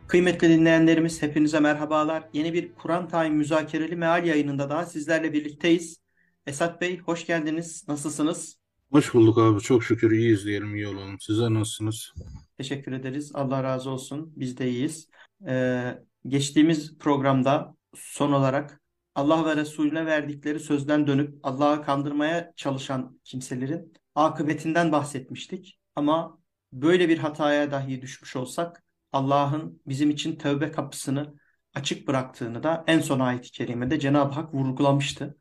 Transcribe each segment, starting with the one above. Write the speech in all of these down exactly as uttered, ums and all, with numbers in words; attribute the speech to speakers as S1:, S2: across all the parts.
S1: Kıymetli dinleyenlerimiz hepinize merhabalar. Yeni bir Kur'an Time müzakereli meal yayınında daha sizlerle birlikteyiz. Esat Bey hoş geldiniz. Nasılsınız?
S2: Hoş bulduk abi. Çok şükür iyiyiz diyelim, iyi olalım. Sizler nasılsınız?
S1: Teşekkür ederiz. Allah razı olsun. Biz de iyiyiz. Ee, geçtiğimiz programda son olarak Allah ve Resulüne verdikleri sözden dönüp Allah'ı kandırmaya çalışan kimselerin akıbetinden bahsetmiştik. Ama böyle bir hataya dahi düşmüş olsak Allah'ın bizim için tövbe kapısını açık bıraktığını da en son ayet-i kerimede Cenab-ı Hak vurgulamıştı.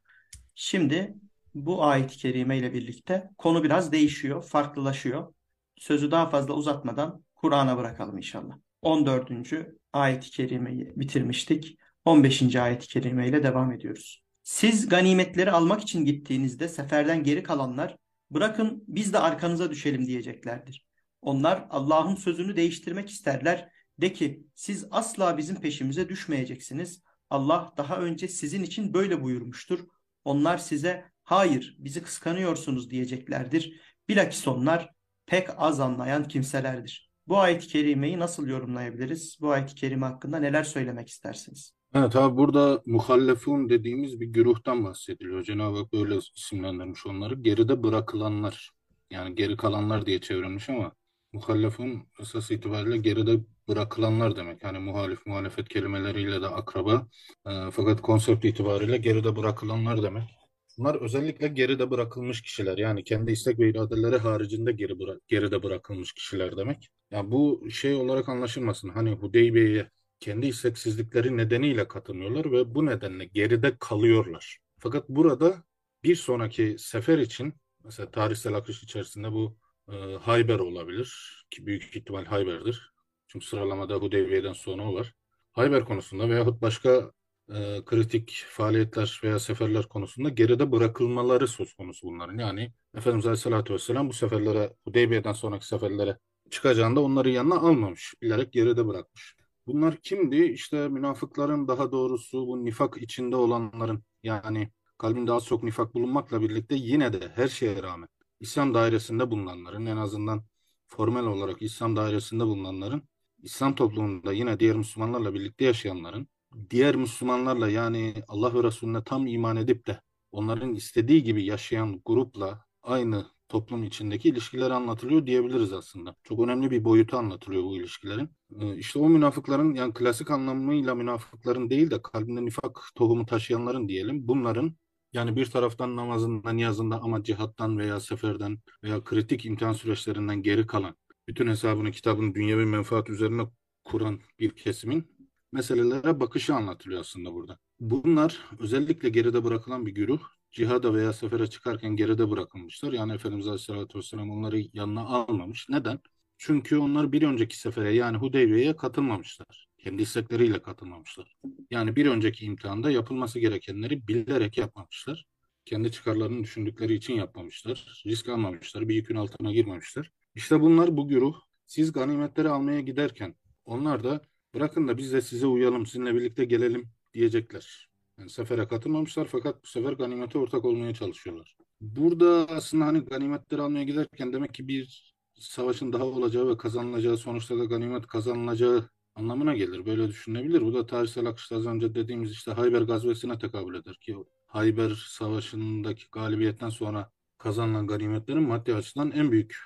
S1: Şimdi bu ayet-i kerime ile birlikte konu biraz değişiyor, farklılaşıyor. Sözü daha fazla uzatmadan Kur'an'a bırakalım inşallah. on dördüncü ayet-i kerimeyi bitirmiştik. on beşinci ayet-i kerime ile devam ediyoruz. Siz ganimetleri almak için gittiğinizde seferden geri kalanlar bırakın biz de arkanıza düşelim diyeceklerdir. Onlar Allah'ın sözünü değiştirmek isterler. De ki siz asla bizim peşimize düşmeyeceksiniz. Allah daha önce sizin için böyle buyurmuştur. Onlar size hayır bizi kıskanıyorsunuz diyeceklerdir. Bilakis onlar pek az anlayan kimselerdir. Bu ayet-i kerimeyi nasıl yorumlayabiliriz? Bu ayet-i kerime hakkında neler söylemek istersiniz?
S2: Evet abi, burada muhallefun dediğimiz bir güruhtan bahsediliyor. Cenab-ı Hak böyle isimlendirmiş onları. Geride bırakılanlar. Yani geri kalanlar diye çevrilmiş ama muhallefun esas itibariyle geride bırakılanlar demek. Hani muhalif, muhalefet kelimeleriyle de akraba. Ee, fakat konsept itibariyle geride bırakılanlar demek. Bunlar özellikle geride bırakılmış kişiler. Yani kendi istek ve iradeleri haricinde geri bıra- geride bırakılmış kişiler demek. Ya bu şey olarak anlaşılmasın. Hani Hudeybiye'ye kendi isteksizlikleri nedeniyle katılmıyorlar ve bu nedenle geride kalıyorlar. Fakat burada bir sonraki sefer için mesela tarihsel akış içerisinde bu e, Hayber olabilir ki büyük ihtimal Hayber'dir. Çünkü sıralamada Hudeybiye'den sonra o var. Hayber konusunda veyahut başka e, kritik faaliyetler veya seferler konusunda geride bırakılmaları söz konusu bunların. Yani Efendimiz Aleyhisselatü Vesselam bu seferlere, Hudeybiye'den sonraki seferlere çıkacağında onları yanına almamış. Bilerek geride bırakmış. Bunlar kimdi? İşte münafıkların, daha doğrusu bu nifak içinde olanların, yani kalbinde az çok nifak bulunmakla birlikte yine de her şeye rağmen İslam dairesinde bulunanların, en azından formel olarak İslam dairesinde bulunanların, İslam toplumunda yine diğer Müslümanlarla birlikte yaşayanların, diğer Müslümanlarla yani Allah ve Resulüne tam iman edip de onların istediği gibi yaşayan grupla aynı toplum içindeki ilişkileri anlatılıyor diyebiliriz aslında. Çok önemli bir boyutu anlatılıyor bu ilişkilerin. Ee, İşte o münafıkların, yani klasik anlamıyla münafıkların değil de kalbinde nifak tohumu taşıyanların diyelim, bunların yani bir taraftan namazında, niyazında ama cihattan veya seferden veya kritik imtihan süreçlerinden geri kalan, bütün hesabını, kitabını dünyevi menfaat üzerine kuran bir kesimin meselelere bakışı anlatılıyor aslında burada. Bunlar özellikle geride bırakılan bir güruh, cihada veya sefere çıkarken geride bırakılmışlar. Yani Efendimiz Aleyhisselatü Vesselam onları yanına almamış. Neden? Çünkü onlar bir önceki sefere, yani Hudeybiye'ye katılmamışlar. Kendi istekleriyle katılmamışlar. Yani bir önceki imtihanda yapılması gerekenleri bilerek yapmamışlar. Kendi çıkarlarını düşündükleri için yapmamışlar. Risk almamışlar. Bir yükün altına girmemişler. İşte bunlar bu güruh. Siz ganimetleri almaya giderken onlar da bırakın da biz de size uyalım, sizinle birlikte gelelim diyecekler. Yani sefere katılmamışlar fakat bu sefer ganimete ortak olmaya çalışıyorlar. Burada aslında hani ganimetleri almaya giderken demek ki bir savaşın daha olacağı ve kazanılacağı, sonuçta da ganimet kazanılacağı anlamına gelir. Böyle düşünülebilir. Bu da tarihsel akışta az önce dediğimiz işte Hayber gazvesine tekabül eder ki Hayber Savaşı'ndaki galibiyetten sonra kazanılan ganimetlerin maddi açıdan en büyük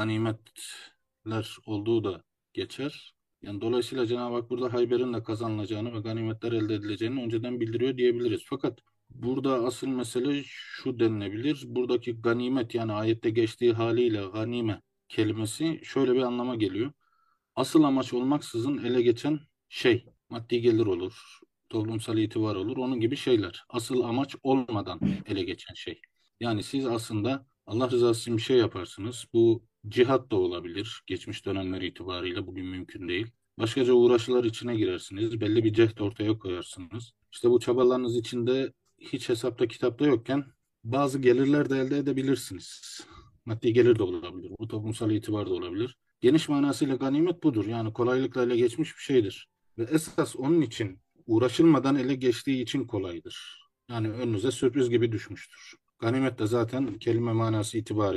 S2: ganimetler olduğu da geçer. Yani dolayısıyla Cenab-ı Hak burada Hayber'in de kazanılacağını ve ganimetler elde edileceğini önceden bildiriyor diyebiliriz. Fakat burada asıl mesele şu denilebilir. Buradaki ganimet, yani ayette geçtiği haliyle ganime kelimesi şöyle bir anlama geliyor. Asıl amaç olmaksızın ele geçen şey, maddi gelir olur, toplumsal itibar olur, onun gibi şeyler. Asıl amaç olmadan ele geçen şey. Yani siz aslında Allah rızası için bir şey yaparsınız. Bu cihat da olabilir. Geçmiş dönemler itibariyle bugün mümkün değil. Başkaca uğraşılar içine girersiniz. Belli bir cehd ortaya koyarsınız. İşte bu çabalarınız içinde hiç hesapta kitapta yokken bazı gelirler de elde edebilirsiniz. Maddi gelir de olabilir. Bu toplumsal itibar da olabilir. Geniş manasıyla ganimet budur. Yani kolaylıkla ele geçmiş bir şeydir. Ve esas onun için uğraşılmadan ele geçtiği için kolaydır. Yani önünüze sürpriz gibi düşmüştür. Ganimet de zaten kelime manası itibariyle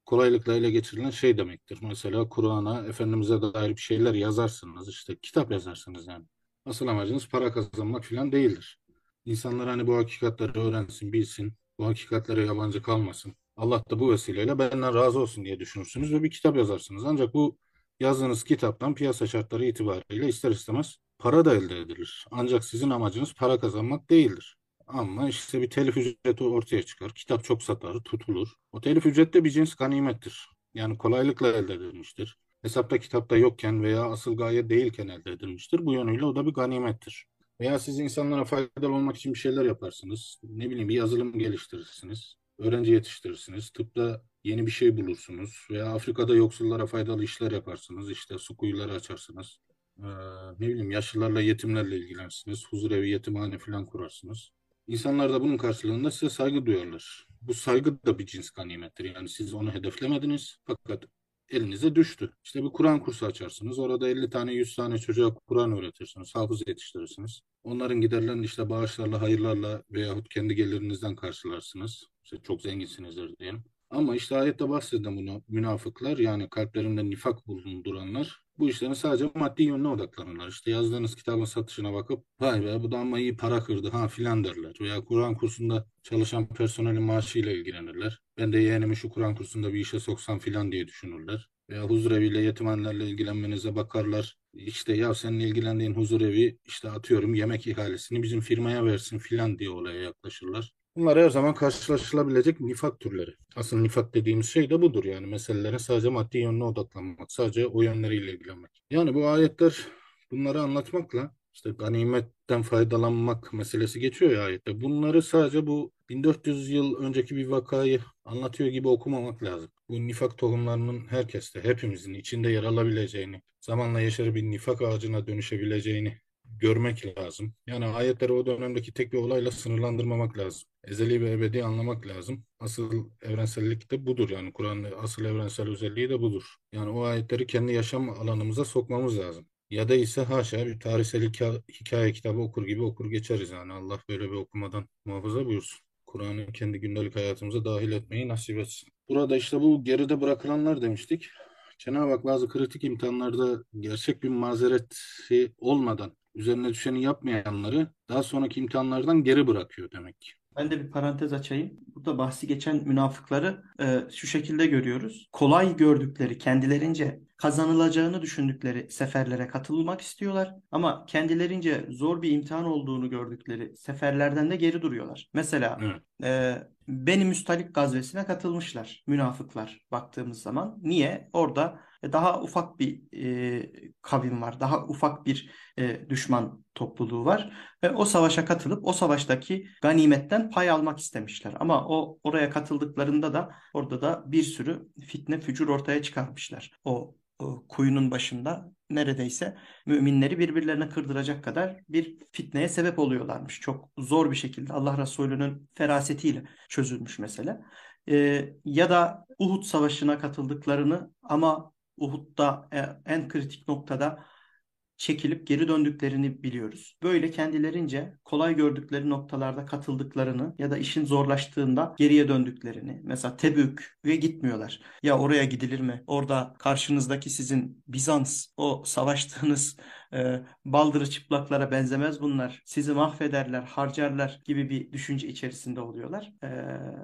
S2: kolaylıkla ele geçirilen şey demektir. Mesela Kur'an'a, Efendimiz'e dair bir şeyler yazarsınız, işte kitap yazarsınız yani. Asıl amacınız para kazanmak falan değildir. İnsanlar hani bu hakikatleri öğrensin, bilsin, bu hakikatlere yabancı kalmasın. Allah da bu vesileyle benden razı olsun diye düşünürsünüz ve bir kitap yazarsınız. Ancak bu yazdığınız kitaptan piyasa şartları itibariyle ister istemez para da elde edilir. Ancak sizin amacınız para kazanmak değildir. Ama işte bir telif ücreti ortaya çıkar. Kitap çok satar, tutulur. O telif ücret de bir cins ganimettir. Yani kolaylıkla elde edilmiştir. Hesapta kitapta yokken veya asıl gaye değilken elde edilmiştir. Bu yönüyle o da bir ganimettir. Veya siz insanlara faydalı olmak için bir şeyler yaparsınız. Ne bileyim bir yazılım geliştirirsiniz. Öğrenci yetiştirirsiniz. Tıpta yeni bir şey bulursunuz. Veya Afrika'da yoksullara faydalı işler yaparsınız. İşte su kuyuları açarsınız. Ee, ne bileyim yaşlılarla, yetimlerle ilgilenirsiniz. Huzurevi, yetimhane falan kurarsınız. İnsanlar da bunun karşılığında size saygı duyarlar. Bu saygı da bir cins ganimettir. Yani siz onu hedeflemediniz fakat elinize düştü. İşte bir Kur'an kursu açarsınız. Orada elli tane yüz tane çocuğa Kur'an öğretirsiniz. Hafız yetiştirirsiniz. Onların giderlerini işte bağışlarla, hayırlarla veyahut kendi gelirinizden karşılarsınız. İşte çok zenginsinizdir diyelim. Ama işte ayette bahsedilen bunu münafıklar yani kalplerinde nifak bulunduranlar bu işlerin sadece maddi yönüne odaklanırlar. İşte yazdığınız kitabın satışına bakıp vay be bu da amma iyi para kırdı ha filan derler. Veya Kur'an kursunda çalışan personelin maaşıyla ilgilenirler. Ben de yeğenimi şu Kur'an kursunda bir işe soksam filan diye düşünürler. Veya huzureviyle yetimhanelerle ilgilenmenize bakarlar. İşte ya senin ilgilendiğin huzurevi işte atıyorum yemek ihalesini bizim firmaya versin filan diye olaya yaklaşırlar. Bunlar her zaman karşılaşılabilecek nifak türleri. Asıl nifak dediğimiz şey de budur yani meselelerin sadece maddi yönüne odaklanmak, sadece o yönleriyle ilgilenmek. Yani bu ayetler bunları anlatmakla işte ganimetten faydalanmak meselesi geçiyor ya ayette. Bunları sadece bu bin dört yüz yıl önceki bir vakayı anlatıyor gibi okumamak lazım. Bu nifak tohumlarının herkeste, hepimizin içinde yer alabileceğini, zamanla yeşeri bir nifak ağacına dönüşebileceğini görmek lazım. Yani ayetleri o dönemdeki tek bir olayla sınırlandırmamak lazım. Ezeli ve ebedi anlamak lazım. Asıl evrensellik de budur. Yani Kur'an'ın asıl evrensel özelliği de budur. Yani o ayetleri kendi yaşam alanımıza sokmamız lazım. Ya da ise haşa bir tarihsel hikaye, hikaye kitabı okur gibi okur geçeriz. Yani Allah böyle bir okumadan muhafaza buyursun. Kur'an'ı kendi gündelik hayatımıza dahil etmeyi nasip etsin. Burada işte bu geride bırakılanlar demiştik. Cenab-ı Hak bazı kritik imtihanlarda gerçek bir mazereti olmadan üzerine düşeni yapmayanları daha sonraki imtihanlardan geri bırakıyor demek ki.
S1: Ben de bir parantez açayım. Burada bahsi geçen münafıkları e, şu şekilde görüyoruz. Kolay gördükleri, kendilerince kazanılacağını düşündükleri seferlere katılmak istiyorlar. Ama kendilerince zor bir imtihan olduğunu gördükleri seferlerden de geri duruyorlar. Mesela
S2: Evet,
S1: e, Beni Müstalik gazvesine katılmışlar münafıklar baktığımız zaman. Niye? Orada daha ufak bir e, kavim var, daha ufak bir e, düşman topluluğu var. Ve o savaşa katılıp o savaştaki ganimetten pay almak istemişler. Ama o oraya katıldıklarında da orada da bir sürü fitne fücur ortaya çıkarmışlar. O, o kuyunun başında neredeyse müminleri birbirlerine kırdıracak kadar bir fitneye sebep oluyorlarmış. Çok zor bir şekilde Allah Resulü'nün ferasetiyle çözülmüş mesele. Ee, ya da Uhud Savaşı'na katıldıklarını ama Uhud'da e, en kritik noktada çekilip geri döndüklerini biliyoruz. Böyle kendilerince kolay gördükleri noktalarda katıldıklarını ya da işin zorlaştığında geriye döndüklerini. Mesela Tebük'e gitmiyorlar. Ya oraya gidilir mi? Orada karşınızdaki sizin Bizans, o savaştığınız e, baldırı çıplaklara benzemez bunlar. Sizi mahvederler, harcarlar gibi bir düşünce içerisinde oluyorlar. E,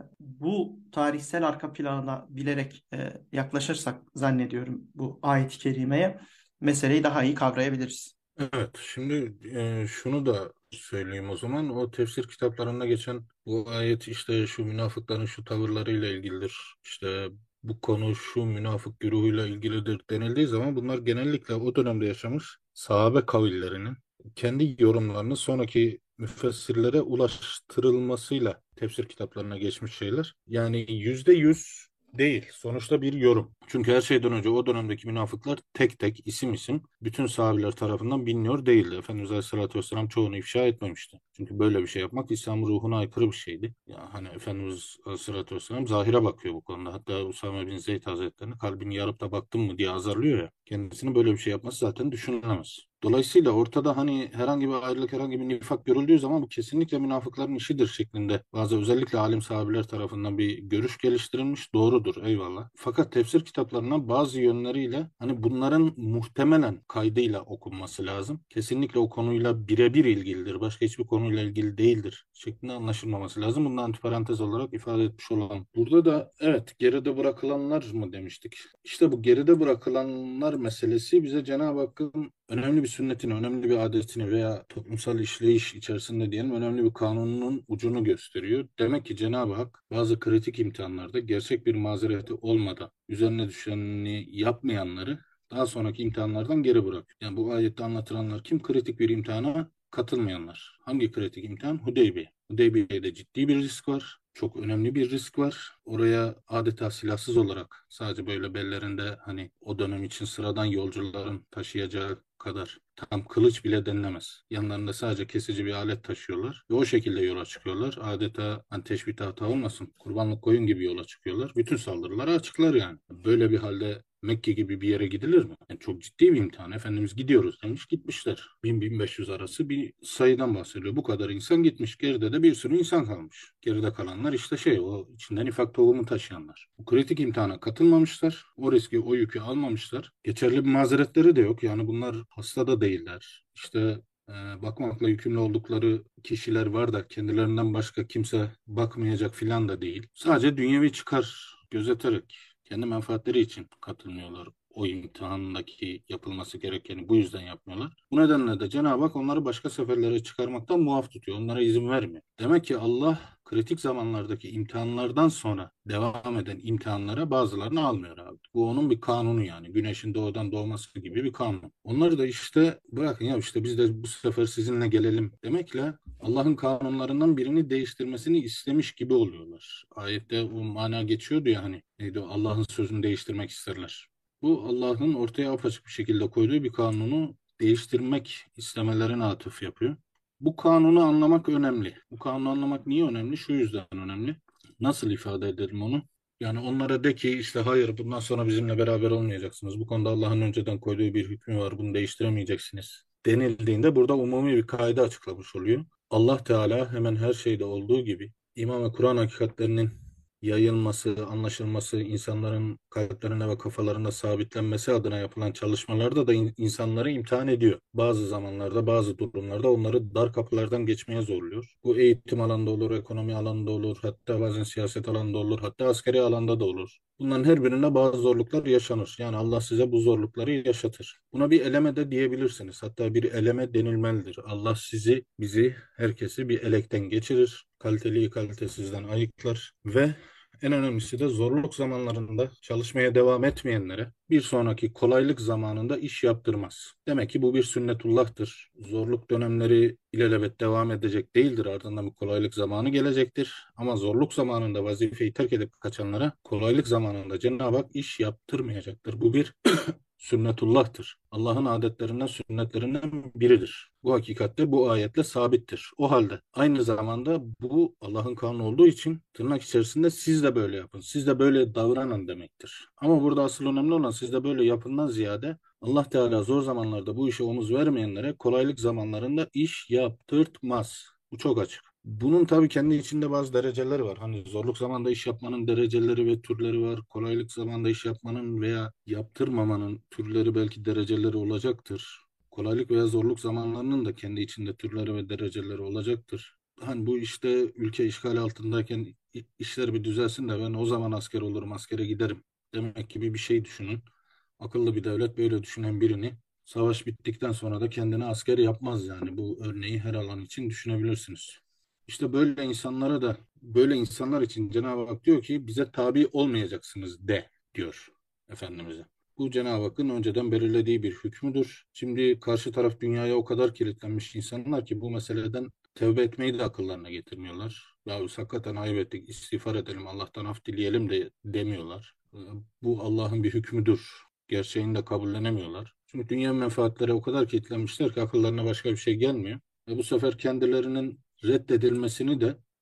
S1: bu tarihsel arka planına bilerek e, yaklaşırsak zannediyorum bu ayet-i kerimeye meseleyi daha iyi kavrayabiliriz.
S2: evet. Şimdi e, şunu da söyleyeyim o zaman. O tefsir kitaplarında geçen bu ayet işte şu münafıkların şu tavırlarıyla ilgilidir. İşte bu konu şu münafık güruhuyla ilgilidir denildiği zaman bunlar genellikle o dönemde yaşamış sahabe kavillerinin kendi yorumlarını sonraki müfessirlere ulaştırılmasıyla tefsir kitaplarına geçmiş şeyler. Yani yüzde yüz değil. Sonuçta bir yorum. Çünkü her şeyden önce o dönemdeki münafıklar tek tek isim isim bütün sahabeler tarafından biliniyor değildi. Efendimiz Aleyhisselatü Vesselam çoğunu ifşa etmemişti. Çünkü böyle bir şey yapmak İslam ruhuna aykırı bir şeydi. Ya hani Efendimiz Aleyhisselatü Vesselam zahire bakıyor bu konuda. Hatta Usame bin Zeyd Hazretleri'ni kalbini yarıp da baktın mı diye azarlıyor ya. Kendisinin böyle bir şey yapması zaten düşünülemez. Dolayısıyla ortada hani herhangi bir ayrılık, herhangi bir nifak görüldüğü zaman bu kesinlikle münafıkların işidir şeklinde bazı özellikle alim sahabeler tarafından bir görüş geliştirilmiş. Doğrudur, eyvallah. Fakat tefsir kitaplarına bazı yönleriyle hani bunların muhtemelen kaydıyla okunması lazım. Kesinlikle o konuyla birebir ilgilidir. Başka hiçbir konuyla ilgili değildir şeklinde anlaşılmaması lazım. Bunu antiparantez olarak ifade etmiş olalım. Burada da evet, geride bırakılanlar mı demiştik? İşte bu geride bırakılanlar meselesi bize Cenab-ı Hakk'ın önemli bir sünnetini, önemli bir adetini veya toplumsal işleyiş içerisinde diyelim önemli bir kanunun ucunu gösteriyor. Demek ki Cenab-ı Hak bazı kritik imtihanlarda gerçek bir mazereti olmadan üzerine düşeni yapmayanları daha sonraki imtihanlardan geri bırakıyor. Yani bu ayette anlatılanlar kim? Kritik bir imtihana katılmayanlar. Hangi kritik imtihan? Hudeybiye. Hudeybiye'de ciddi bir risk var. Çok önemli bir risk var. Oraya adeta silahsız olarak sadece böyle bellerinde hani o dönem için sıradan yolcuların taşıyacağı kadar tam kılıç bile denilemez. Yanlarında sadece kesici bir alet taşıyorlar ve o şekilde yola çıkıyorlar. Adeta hani teşbih hata olmasın, kurbanlık koyun gibi yola çıkıyorlar. Bütün saldırıları açıklar yani. Böyle bir halde Mekke gibi bir yere gidilir mi? Yani çok ciddi bir imtihan. Efendimiz gidiyoruz demiş, gitmişler. bin beş yüz arası bir sayıdan bahsediyor. Bu kadar insan gitmiş. Geride de bir sürü insan kalmış. Geride kalanlar işte şey, o içinden nifak tohumu taşıyanlar. Bu kritik imtihana katılmamışlar. O riski, o yükü almamışlar. Geçerli bir mazeretleri de yok. Yani bunlar hasta da değiller. İşte e, bakmakla yükümlü oldukları kişiler var da kendilerinden başka kimse bakmayacak filan da değil. Sadece dünyevi çıkar gözeterek kendi menfaatleri için katılmıyorlar. O imtihandaki yapılması gerekeni bu yüzden yapmıyorlar. Bu nedenle de Cenab-ı Hak onları başka seferlere çıkarmaktan muaf tutuyor. Onlara izin vermiyor. Demek ki Allah kritik zamanlardaki imtihanlardan sonra devam eden imtihanlara bazılarını almıyor abi. Bu onun bir kanunu yani. Güneşin doğudan doğması gibi bir kanun. Onları da işte bırakın ya, işte biz de bu sefer sizinle gelelim demekle Allah'ın kanunlarından birini değiştirmesini istemiş gibi oluyorlar. Ayette o mana geçiyordu ya, hani neydi o, Allah'ın sözünü değiştirmek isterler. Bu Allah'ın ortaya apaçık bir şekilde koyduğu bir kanunu değiştirmek istemelerine atıf yapıyor. Bu kanunu anlamak önemli. Bu kanunu anlamak niye önemli? Şu yüzden önemli. Nasıl ifade edelim onu? Yani onlara de ki işte hayır, bundan sonra bizimle beraber olmayacaksınız. Bu konuda Allah'ın önceden koyduğu bir hükmü var. Bunu değiştiremeyeceksiniz denildiğinde burada umumi bir kaide açıklamış oluyor. Allah Teala hemen her şeyde olduğu gibi iman ve Kur'an hakikatlerinin yayılması, anlaşılması, insanların kalplerine ve kafalarında sabitlenmesi adına yapılan çalışmalarda da in- insanları imtihan ediyor. Bazı zamanlarda, bazı durumlarda onları dar kapılardan geçmeye zorluyor. Bu eğitim alanında olur, ekonomi alanında olur, hatta bazen siyaset alanında olur, hatta askeri alanda da olur. Bunların her birinde bazı zorluklar yaşanır. Yani Allah size bu zorlukları yaşatır. Buna bir eleme de diyebilirsiniz. Hatta bir eleme denilmelidir. Allah sizi, bizi, herkesi bir elekten geçirir. Kaliteliyi kalitesizden ayıklar ve en önemlisi de zorluk zamanlarında çalışmaya devam etmeyenlere bir sonraki kolaylık zamanında iş yaptırmaz. Demek ki bu bir sünnetullah'tır. Zorluk dönemleri ilelebet devam edecek değildir. Ardından bir kolaylık zamanı gelecektir. Ama zorluk zamanında vazifeyi terk edip kaçanlara kolaylık zamanında Cenab-ı Hak iş yaptırmayacaktır. Bu bir sünnetullah'tır. Allah'ın adetlerinden, sünnetlerinden biridir. Bu hakikatte bu ayetle sabittir. O halde aynı zamanda bu Allah'ın kanunu olduğu için tırnak içerisinde siz de böyle yapın, siz de böyle davranın demektir. Ama burada asıl önemli olan siz de böyle yapından ziyade Allah Teala zor zamanlarda bu işe omuz vermeyenlere kolaylık zamanlarında iş yaptırtmaz. Bu çok açık. Bunun tabii kendi içinde bazı dereceleri var. Hani zorluk zamanında iş yapmanın dereceleri ve türleri var. Kolaylık zamanında iş yapmanın veya yaptırmamanın türleri, belki dereceleri olacaktır. Kolaylık veya zorluk zamanlarının da kendi içinde türleri ve dereceleri olacaktır. Hani bu işte ülke işgal altındayken i- işler bir düzelsin de ben o zaman asker olurum, askere giderim demek gibi bir şey düşünün. Akıllı bir devlet böyle düşünen birini savaş bittikten sonra da kendine asker yapmaz yani. Bu örneği her alan için düşünebilirsiniz. İşte böyle insanlara da, böyle insanlar için Cenab-ı Hak diyor ki bize tabi olmayacaksınız de diyor Efendimiz'e. Bu Cenab-ı Hakk'ın önceden belirlediği bir hükmüdür. Şimdi karşı taraf dünyaya o kadar kilitlenmiş insanlar ki bu meseleden tevbe etmeyi de akıllarına getirmiyorlar. Ya biz hakikaten ayıp ettik, istiğfar edelim, Allah'tan af dileyelim de demiyorlar. Ee, Bu Allah'ın bir hükmüdür gerçeğini de kabullenemiyorlar. Çünkü dünya menfaatleri o kadar kilitlenmişler ki akıllarına başka bir şey gelmiyor. Ve bu sefer kendilerinin reddedilmesini de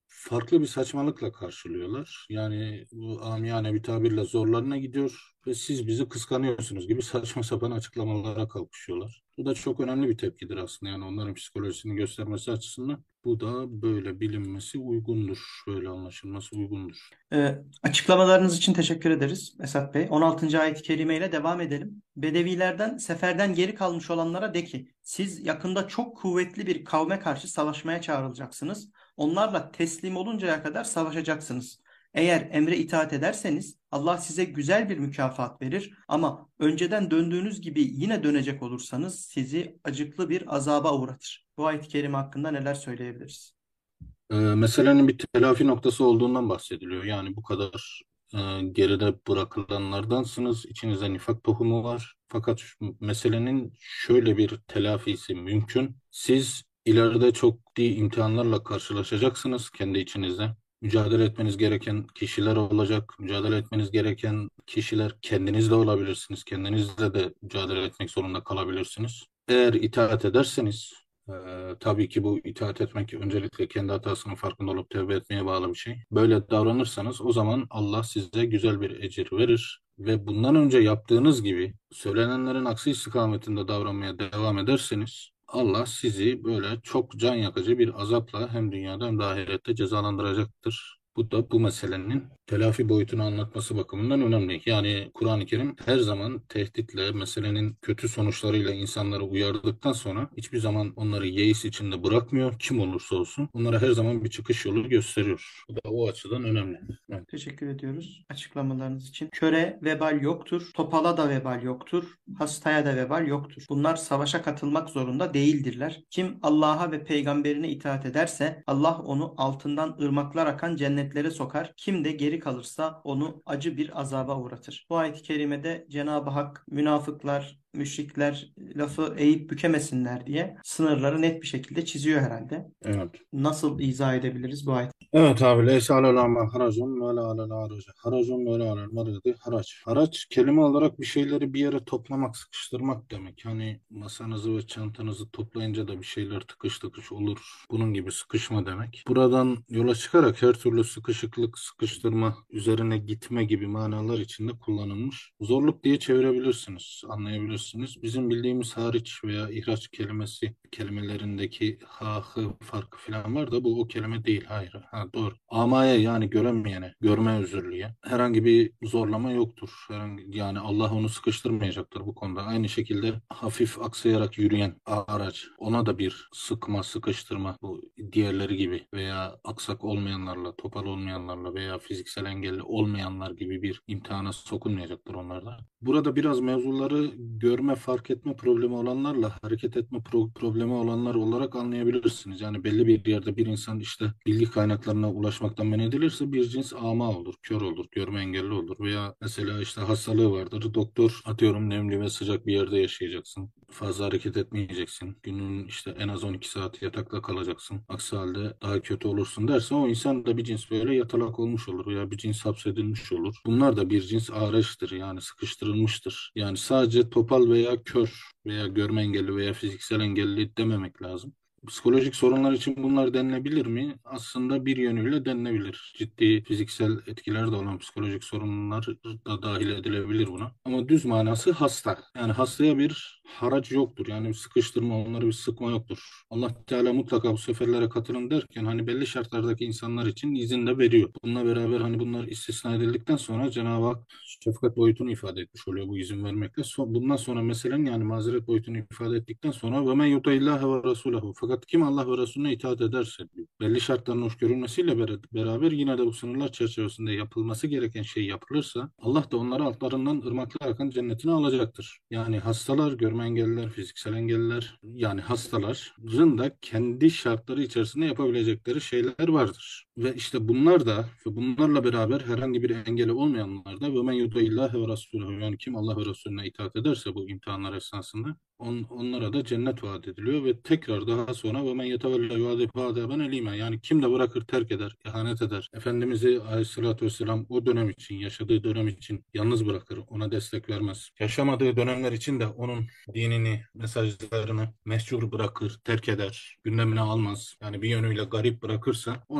S2: farklı bir saçmalıkla karşılıyorlar. Yani bu amiyane bir tabirle zorlarına gidiyor ve siz bizi kıskanıyorsunuz gibi saçma sapan açıklamalara kalkışıyorlar. Bu da çok önemli bir tepkidir aslında. Yani onların psikolojisini göstermesi açısından bu da böyle bilinmesi uygundur. Böyle anlaşılması uygundur.
S1: Ee, açıklamalarınız için teşekkür ederiz Esat Bey. on altıncı ayet-i kerime ile devam edelim. Bedevilerden, seferden geri kalmış olanlara de ki, siz yakında çok kuvvetli bir kavme karşı savaşmaya çağrılacaksınız. Onlarla teslim oluncaya kadar savaşacaksınız. Eğer emre itaat ederseniz Allah size güzel bir mükafat verir, ama önceden döndüğünüz gibi yine dönecek olursanız sizi acıklı bir azaba uğratır. Bu ayet-i kerime hakkında neler söyleyebiliriz?
S2: Ee, meselenin bir telafi noktası olduğundan bahsediliyor. Yani bu kadar e, geride bırakılanlardansınız. İçinizde nifak tohumu var. Fakat şu- meselenin şöyle bir telafisi mümkün. Siz ileride çok ciddi imtihanlarla karşılaşacaksınız kendi içinizde. Mücadele etmeniz gereken kişiler olacak. Mücadele etmeniz gereken kişiler kendiniz de olabilirsiniz. Kendinizle de mücadele etmek zorunda kalabilirsiniz. Eğer itaat ederseniz, ee, tabii ki bu itaat etmek öncelikle kendi hatasının farkında olup tevbe etmeye bağlı bir şey. Böyle davranırsanız o zaman Allah size güzel bir ecir verir ve bundan önce yaptığınız gibi söylenenlerin aksi istikametinde davranmaya devam ederseniz Allah sizi böyle çok can yakıcı bir azapla hem dünyada hem de ahirette cezalandıracaktır. Bu da bu meselenin telafi boyutunu anlatması bakımından önemli. Yani Kur'an-ı Kerim her zaman tehditle, meselenin kötü sonuçlarıyla insanları uyardıktan sonra hiçbir zaman onları yeis içinde bırakmıyor. Kim olursa olsun onlara her zaman bir çıkış yolu gösteriyor. Bu da o açıdan önemli. Evet.
S1: Teşekkür ediyoruz açıklamalarınız için. Köre vebal yoktur, topala da vebal yoktur, hastaya da vebal yoktur. Bunlar savaşa katılmak zorunda değildirler. Kim Allah'a ve peygamberine itaat ederse Allah onu altından ırmaklar akan cennetlere sokar. Kim de geri kalırsa onu acı bir azaba uğratır. Bu ayet-i kerimede Cenab-ı Hak münafıklar, müşrikler lafı eğip bükemesinler diye sınırları net bir şekilde çiziyor herhalde.
S2: Evet.
S1: Nasıl izah edebiliriz bu ayet?
S2: Evet abi. Leysa alel ama haracun ve la alel haraca. Haracun ve la alel maridi haraç. Haraç kelime olarak bir şeyleri bir yere toplamak, sıkıştırmak demek. Hani masanızı ve çantanızı toplayınca da bir şeyler tıkış tıkış olur. Bunun gibi sıkışma demek. Buradan yola çıkarak her türlü sıkışıklık, sıkıştırma, üzerine gitme gibi manalar içinde kullanılmış. Zorluk diye çevirebilirsiniz, anlayabilirsiniz. Bizim bildiğimiz hariç veya ihraç kelimesi kelimelerindeki ha, hı farkı falan var da bu o kelime değil. Hayır. Ha, doğru. Amaya yani göremeyene, görme özürlüğe herhangi bir zorlama yoktur. Herhangi, yani Allah onu sıkıştırmayacaktır bu konuda. Aynı şekilde hafif aksayarak yürüyen araç ona da bir sıkma, sıkıştırma bu diğerleri gibi veya aksak olmayanlarla, topal olmayanlarla veya fiziksel engelli olmayanlar gibi bir imtihana sokulmayacaktır onlarda. Burada biraz mevzuları görme, fark etme problemi olanlarla hareket etme pro- problemi olanlar olarak anlayabilirsiniz. Yani belli bir yerde bir insan işte bilgi kaynaklarına ulaşmaktan men edilirse bir cins ama olur, kör olur, görme engelli olur veya mesela işte hastalığı vardır. Doktor atıyorum nemli ve sıcak bir yerde yaşayacaksın. Fazla hareket etmeyeceksin. Günün işte en az on iki saat yatakta kalacaksın. Aksi halde daha kötü olursun derse o insan da bir cins böyle yatalak olmuş olur veya bir cins hapsedilmiş olur. Bunlar da bir cins ağrıştır yani sıkıştırılmıştır. Yani sadece topal veya kör veya görme engelli veya fiziksel engelli dememek lazım. Psikolojik sorunlar için bunlar denilebilir mi? Aslında bir yönüyle denilebilir. Ciddi fiziksel etkiler de olan psikolojik sorunlar da dahil edilebilir buna. Ama düz manası hasta. Yani hastaya bir harac yoktur. Yani bir sıkıştırma, onları bir sıkma yoktur. Allah Teala mutlaka bu seferlere katılın derken hani belli şartlardaki insanlar için izin de veriyor. Bununla beraber hani bunlar istisna edildikten sonra Cenab-ı Hak şefkat boyutunu ifade etmiş oluyor bu izin vermekle. So- Bundan sonra meselen yani mazeret boyutunu ifade ettikten sonra ve men yutaillahe ve rasulehu. Fakat kim Allah ve Resulüne itaat ederse diyor. Belli şartların hoş görülmesiyle ber- beraber yine de bu sınırlar çerçevesinde yapılması gereken şey yapılırsa Allah da onları altlarından ırmaklar akan cennetine alacaktır. Yani hastalar, görme engelliler, fiziksel engelliler yani hastaların da kendi şartları içerisinde yapabilecekleri şeyler vardır. Ve işte bunlar da ve bunlarla beraber herhangi bir engeli olmayanlar da ve men yuti'illahi ve rasulehu yani kim Allah ve Resulüne itaat ederse bu imtihanlar esnasında on, onlara da cennet vaat ediliyor ve tekrar daha sonra ve men yetevelle yuadibhu azaben elime yani kim de bırakır terk eder, ihanet eder. Efendimiz'i aleyhissalatü vesselam o dönem için, yaşadığı dönem için yalnız bırakır, ona destek vermez. Yaşamadığı dönemler için de onun dinini, mesajlarını mehcur bırakır, terk eder, gündemine almaz. Yani bir yönüyle garip bırakırsa ona da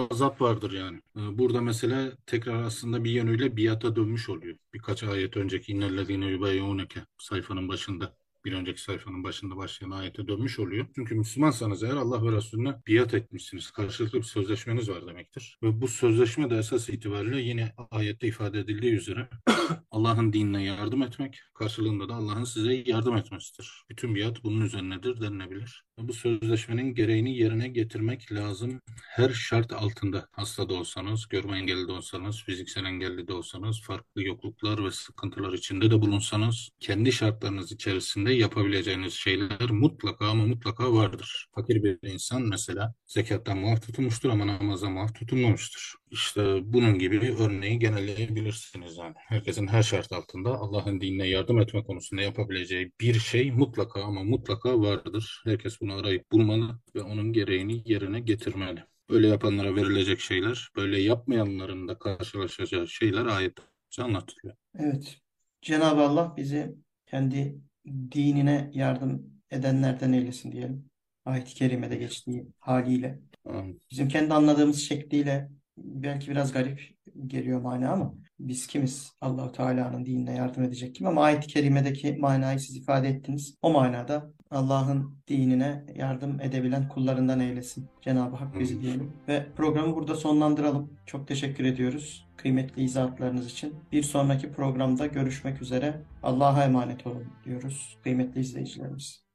S2: azap vardır yani. Ee, Burada mesela tekrar aslında bir yönüyle biata dönmüş oluyor. Birkaç ayet önceki innellezine yubayyi'uneke sayfanın başında, bir önceki sayfanın başında başlayan ayete dönmüş oluyor. Çünkü Müslümansanız eğer Allah ve Resulüne biat etmişsiniz. Karşılıklı bir sözleşmeniz var demektir. Ve bu sözleşme de esas itibariyle yine ayette ifade edildiği üzere Allah'ın dinine yardım etmek, karşılığında da Allah'ın size yardım etmesidir. Bütün biat bunun üzerinedir denilebilir. Bu sözleşmenin gereğini yerine getirmek lazım. Her şart altında, hasta da olsanız, görme engelli de olsanız, fiziksel engelli de olsanız, farklı yokluklar ve sıkıntılar içinde de bulunsanız, kendi şartlarınız içerisinde yapabileceğiniz şeyler mutlaka ama mutlaka vardır. Fakir bir insan mesela zekattan muaf tutulmuştur ama namazdan muaf tutulmamıştır. İşte bunun gibi örneği genelleyebilirsiniz yani. Herkesin her şart altında Allah'ın dinine yardım etme konusunda yapabileceği bir şey mutlaka ama mutlaka vardır. Herkes bunu arayıp bulmalı ve onun gereğini yerine getirmeli. Böyle yapanlara verilecek şeyler, böyle yapmayanların da karşılaşacağı şeyler ayette anlatılıyor.
S1: Evet. Cenab-ı Allah bizi kendi dinine yardım edenlerden eylesin diyelim. Ayet-i kerimede geçtiği haliyle.
S2: Amin.
S1: Bizim kendi anladığımız şekliyle belki biraz garip geliyor mana ama biz kimiz? Allahu Teala'nın dinine yardım edecek kim? Ama ayet-i kerimedeki manayı siz ifade ettiniz. O manada Allah'ın dinine yardım edebilen kullarından eylesin. Cenab-ı Hak bizi
S2: Amin.
S1: diyelim. Ve programı burada sonlandıralım. Çok teşekkür ediyoruz kıymetli izahatlarınız için. Bir sonraki programda görüşmek üzere. Allah'a emanet olun diyoruz kıymetli izleyicilerimiz.